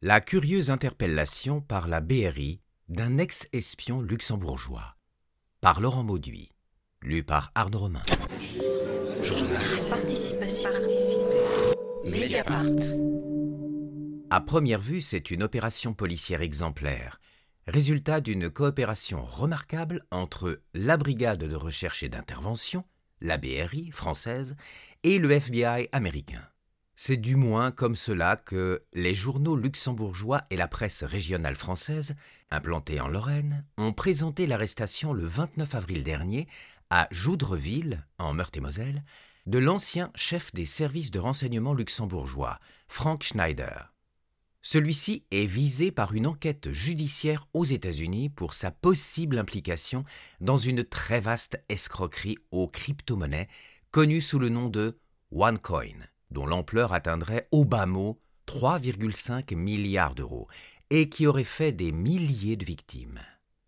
La curieuse interpellation par la BRI d'un ex-espion luxembourgeois. Par Laurent Mauduit. Lu par Arnaud Romain. Participation. Mediapart. À première vue, c'est une opération policière exemplaire, résultat d'une coopération remarquable entre la Brigade de recherche et d'intervention, la BRI française, et le FBI américain. C'est du moins comme cela que les journaux luxembourgeois et la presse régionale française, implantée en Lorraine, ont présenté l'arrestation le 29 avril dernier à Joudreville, en Meurthe-et-Moselle, de l'ancien chef des services de renseignement luxembourgeois, Frank Schneider. Celui-ci est visé par une enquête judiciaire aux États-Unis pour sa possible implication dans une très vaste escroquerie aux crypto-monnaies connue sous le nom de OneCoin, dont l'ampleur atteindrait au bas mot 3,5 milliards d'euros et qui aurait fait des milliers de victimes.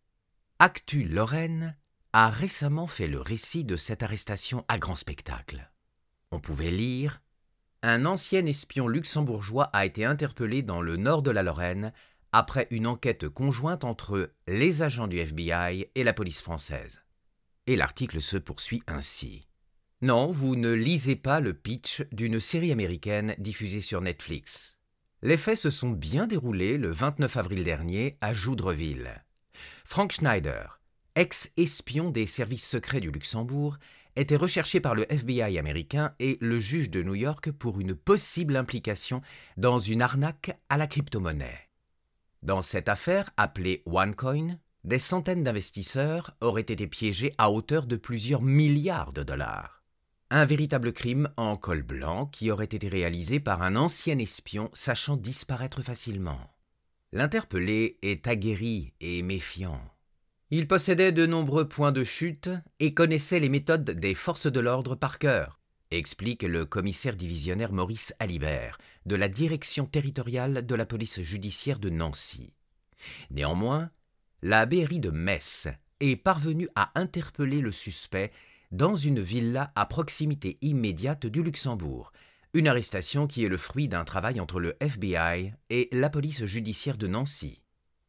Actu Lorraine a récemment fait le récit de cette arrestation à grand spectacle. On pouvait lire « Un ancien espion luxembourgeois a été interpellé dans le nord de la Lorraine après une enquête conjointe entre les agents du FBI et la police française. » Et l'article se poursuit ainsi. Non, vous ne lisez pas le pitch d'une série américaine diffusée sur Netflix. Les faits se sont bien déroulés le 29 avril dernier à Joudreville. Frank Schneider, ex-espion des services secrets du Luxembourg, était recherché par le FBI américain et le juge de New York pour une possible implication dans une arnaque à la crypto-monnaie. Dans cette affaire, appelée OneCoin, des centaines d'investisseurs auraient été piégés à hauteur de plusieurs milliards de dollars. Un véritable crime en col blanc qui aurait été réalisé par un ancien espion sachant disparaître facilement. L'interpellé est aguerri et méfiant. Il possédait de nombreux points de chute et connaissait les méthodes des forces de l'ordre par cœur, explique le commissaire divisionnaire Maurice Alibert de la direction territoriale de la police judiciaire de Nancy. Néanmoins, la BRI de Metz est parvenue à interpeller le suspect dans une villa à proximité immédiate du Luxembourg, une arrestation qui est le fruit d'un travail entre le FBI et la police judiciaire de Nancy.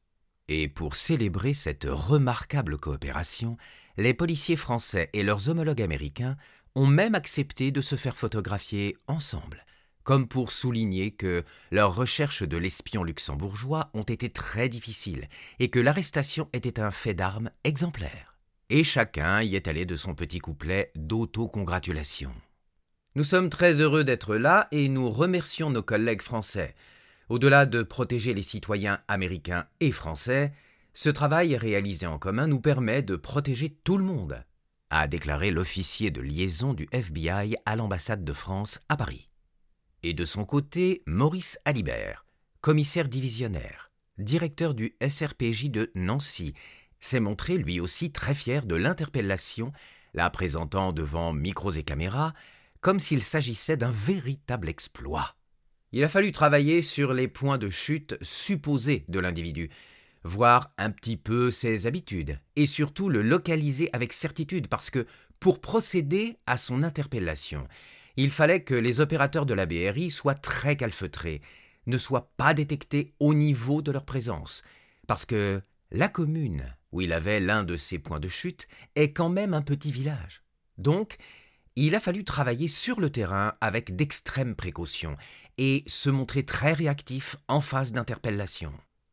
Et pour célébrer cette remarquable coopération, les policiers français et leurs homologues américains ont même accepté de se faire photographier ensemble, comme pour souligner que leurs recherches de l'espion luxembourgeois ont été très difficiles et que l'arrestation était un fait d'armes exemplaire. Et chacun y est allé de son petit couplet d'autocongratulation. Nous sommes très heureux d'être là et nous remercions nos collègues français. Au-delà de protéger les citoyens américains et français, ce travail réalisé en commun nous permet de protéger tout le monde, a déclaré l'officier de liaison du FBI à l'ambassade de France à Paris. Et de son côté, Maurice Alibert, commissaire divisionnaire, directeur du SRPJ de Nancy, s'est montré lui aussi très fier de l'interpellation, la présentant devant micros et caméras, comme s'il s'agissait d'un véritable exploit. Il a fallu travailler sur les points de chute supposés de l'individu, voir un petit peu ses habitudes, et surtout le localiser avec certitude, parce que, pour procéder à son interpellation, il fallait que les opérateurs de la BRI soient très calfeutrés, ne soient pas détectés au niveau de leur présence, parce que la commune où il avait l'un de ses points de chute est quand même un petit village. Donc, il a fallu travailler sur le terrain avec d'extrêmes précautions et se montrer très réactif en phase d'interpellation.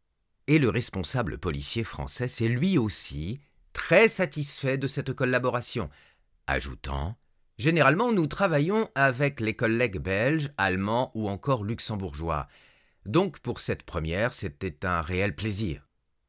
Et le responsable policier français s'est lui aussi très satisfait de cette collaboration, ajoutant « Généralement, nous travaillons avec les collègues belges, allemands ou encore luxembourgeois. Donc pour cette première, c'était un réel plaisir. »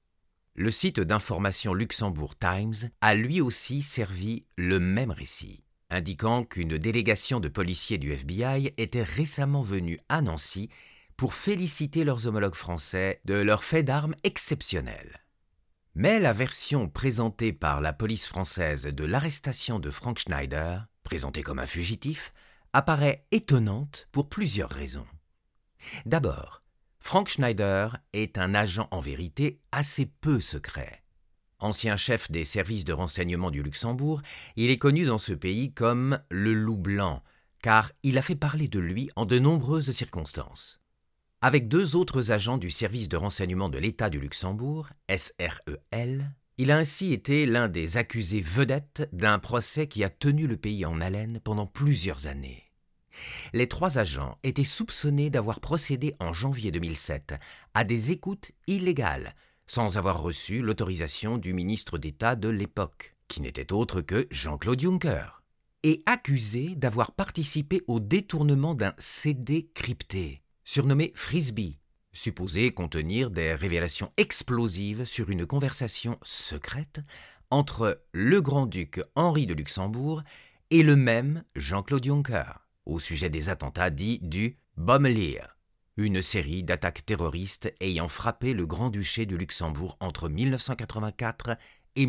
Le site d'information Luxembourg Times a lui aussi servi le même récit, indiquant qu'une délégation de policiers du FBI était récemment venue à Nancy pour féliciter leurs homologues français de leur fait d'armes exceptionnel. Mais la version présentée par la police française de l'arrestation de Frank Schneider, présenté comme un fugitif, apparaît étonnante pour plusieurs raisons. D'abord, Frank Schneider est un agent en vérité assez peu secret. Ancien chef des services de renseignement du Luxembourg, il est connu dans ce pays comme le loup blanc, car il a fait parler de lui en de nombreuses circonstances. Avec 2 autres agents du service de renseignement de l'État du Luxembourg, SREL, il a ainsi été l'un des accusés vedettes d'un procès qui a tenu le pays en haleine pendant plusieurs années. Les 3 agents étaient soupçonnés d'avoir procédé en janvier 2007 à des écoutes illégales, sans avoir reçu l'autorisation du ministre d'État de l'époque, qui n'était autre que Jean-Claude Juncker, et accusés d'avoir participé au détournement d'un CD crypté, surnommé Frisbee, supposé contenir des révélations explosives sur une conversation secrète entre le grand-duc Henri de Luxembourg et le même Jean-Claude Juncker, au sujet des attentats dits du Bomelier, une série d'attaques terroristes ayant frappé le Grand-Duché du Luxembourg entre 1984 et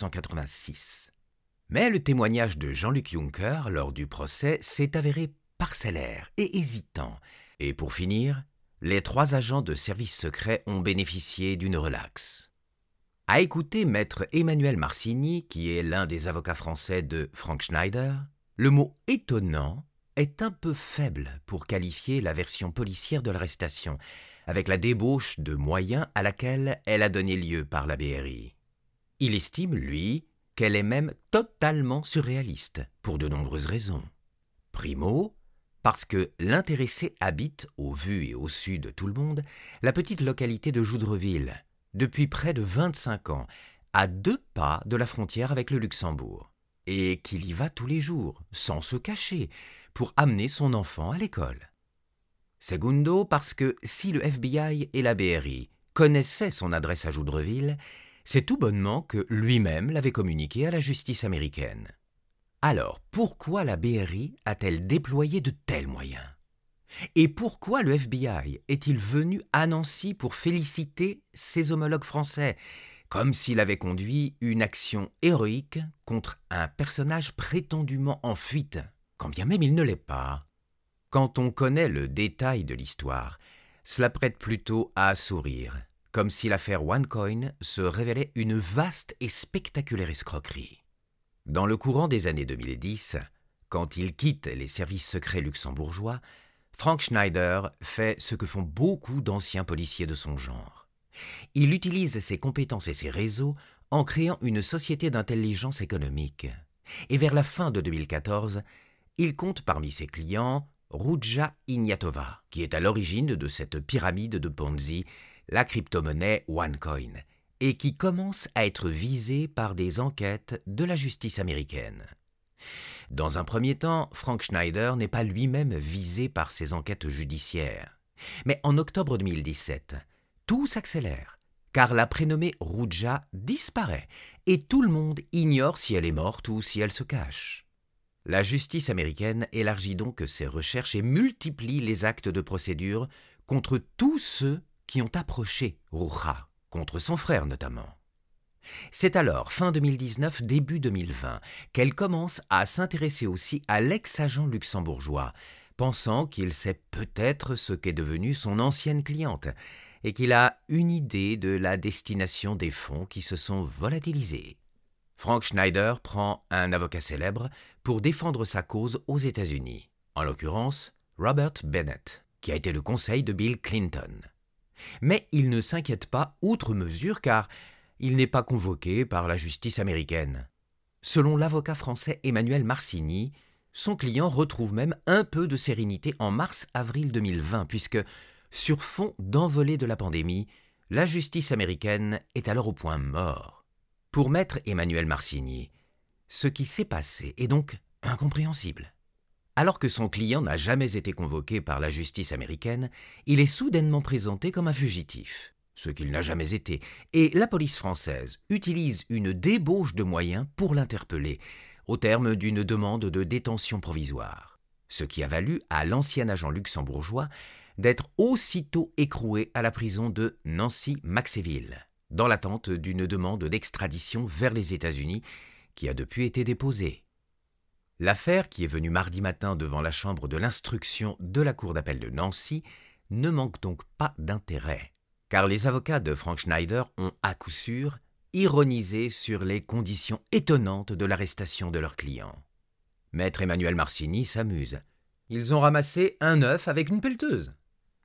1986. Mais le témoignage de Jean-Luc Juncker lors du procès s'est avéré parcellaire et hésitant, et pour finir, les 3 agents de service secret ont bénéficié d'une relaxe. À écouter maître Emmanuel Marcigny, qui est l'un des avocats français de Frank Schneider, le mot « étonnant » est un peu faible pour qualifier la version policière de l'arrestation, avec la débauche de moyens à laquelle elle a donné lieu par la BRI. Il estime, lui, qu'elle est même totalement surréaliste, pour de nombreuses raisons. Primo, parce que l'intéressé habite, au vu et au su de tout le monde, la petite localité de Joudreville, depuis près de 25 ans, à 2 pas de la frontière avec le Luxembourg, et qu'il y va tous les jours, sans se cacher, pour amener son enfant à l'école. Segundo, parce que si le FBI et la BRI connaissaient son adresse à Joudreville, c'est tout bonnement que lui-même l'avait communiqué à la justice américaine. Alors, pourquoi la BRI a-t-elle déployé de tels moyens? Et pourquoi le FBI est-il venu à Nancy pour féliciter ses homologues français, comme s'il avait conduit une action héroïque contre un personnage prétendument en fuite, quand bien même il ne l'est pas? Quand on connaît le détail de l'histoire, cela prête plutôt à sourire, comme si l'affaire OneCoin se révélait une vaste et spectaculaire escroquerie. Dans le courant des années 2010, quand il quitte les services secrets luxembourgeois, Frank Schneider fait ce que font beaucoup d'anciens policiers de son genre. Il utilise ses compétences et ses réseaux en créant une société d'intelligence économique. Et vers la fin de 2014, il compte parmi ses clients Ruja Ignatova, qui est à l'origine de cette pyramide de Ponzi, la crypto-monnaie OneCoin, et qui commence à être visée par des enquêtes de la justice américaine. Dans un premier temps, Frank Schneider n'est pas lui-même visé par ces enquêtes judiciaires. Mais en octobre 2017, tout s'accélère, car la prénommée Ruja disparaît et tout le monde ignore si elle est morte ou si elle se cache. La justice américaine élargit donc ses recherches et multiplie les actes de procédure contre tous ceux qui ont approché Ruja, contre son frère notamment. C'est alors, fin 2019, début 2020, qu'elle commence à s'intéresser aussi à l'ex-agent luxembourgeois, pensant qu'il sait peut-être ce qu'est devenue son ancienne cliente et qu'il a une idée de la destination des fonds qui se sont volatilisés. Frank Schneider prend un avocat célèbre pour défendre sa cause aux États-Unis, en l'occurrence Robert Bennett, qui a été le conseil de Bill Clinton. Mais il ne s'inquiète pas outre mesure car il n'est pas convoqué par la justice américaine. Selon l'avocat français Emmanuel Marcigny, son client retrouve même un peu de sérénité en mars-avril 2020 puisque, sur fond d'envolée de la pandémie, la justice américaine est alors au point mort. Pour maître Emmanuel Marcigny, ce qui s'est passé est donc incompréhensible. Alors que son client n'a jamais été convoqué par la justice américaine, il est soudainement présenté comme un fugitif, ce qu'il n'a jamais été, et la police française utilise une débauche de moyens pour l'interpeller, au terme d'une demande de détention provisoire, ce qui a valu à l'ancien agent luxembourgeois d'être aussitôt écroué à la prison de Nancy-Maxéville, dans l'attente d'une demande d'extradition vers les États-Unis qui a depuis été déposée. L'affaire, qui est venue mardi matin devant la chambre de l'instruction de la cour d'appel de Nancy, ne manque donc pas d'intérêt, car les avocats de Frank Schneider ont à coup sûr ironisé sur les conditions étonnantes de l'arrestation de leur client. Maître Emmanuel Marcigny s'amuse. Ils ont ramassé un œuf avec une pelleteuse.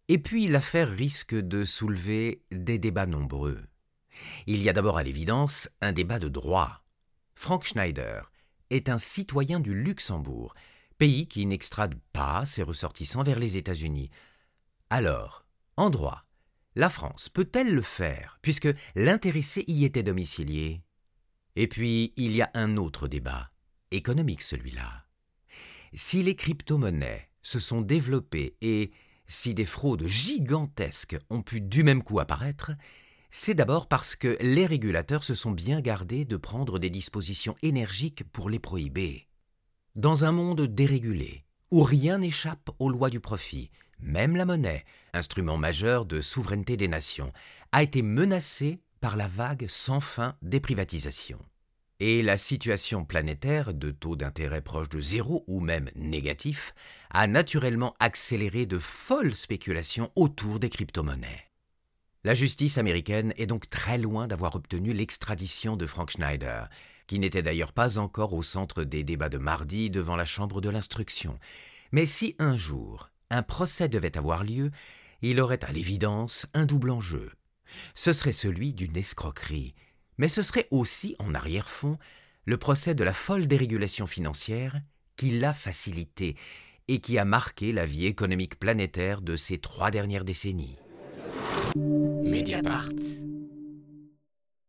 Et puis l'affaire risque de soulever des débats nombreux. Il y a d'abord à l'évidence un débat de droit. Frank Schneider est un citoyen du Luxembourg, pays qui n'extrade pas ses ressortissants vers les États-Unis. Alors, en droit, la France peut-elle le faire, puisque l'intéressé y était domicilié? Et puis, il y a un autre débat, économique celui-là. Si les crypto-monnaies se sont développées et si des fraudes gigantesques ont pu du même coup apparaître, c'est d'abord parce que les régulateurs se sont bien gardés de prendre des dispositions énergiques pour les prohiber. Dans un monde dérégulé, où rien n'échappe aux lois du profit, même la monnaie, instrument majeur de souveraineté des nations, a été menacée par la vague sans fin des privatisations. Et la situation planétaire de taux d'intérêt proche de zéro ou même négatif a naturellement accéléré de folles spéculations autour des crypto-monnaies. La justice américaine est donc très loin d'avoir obtenu l'extradition de Frank Schneider, qui n'était d'ailleurs pas encore au centre des débats de mardi devant la chambre de l'instruction. Mais si un jour un procès devait avoir lieu, il aurait à l'évidence un double enjeu. Ce serait celui d'une escroquerie, mais ce serait aussi, en arrière-fond, le procès de la folle dérégulation financière qui l'a facilité et qui a marqué la vie économique planétaire de ces 3 dernières décennies. Mediapart.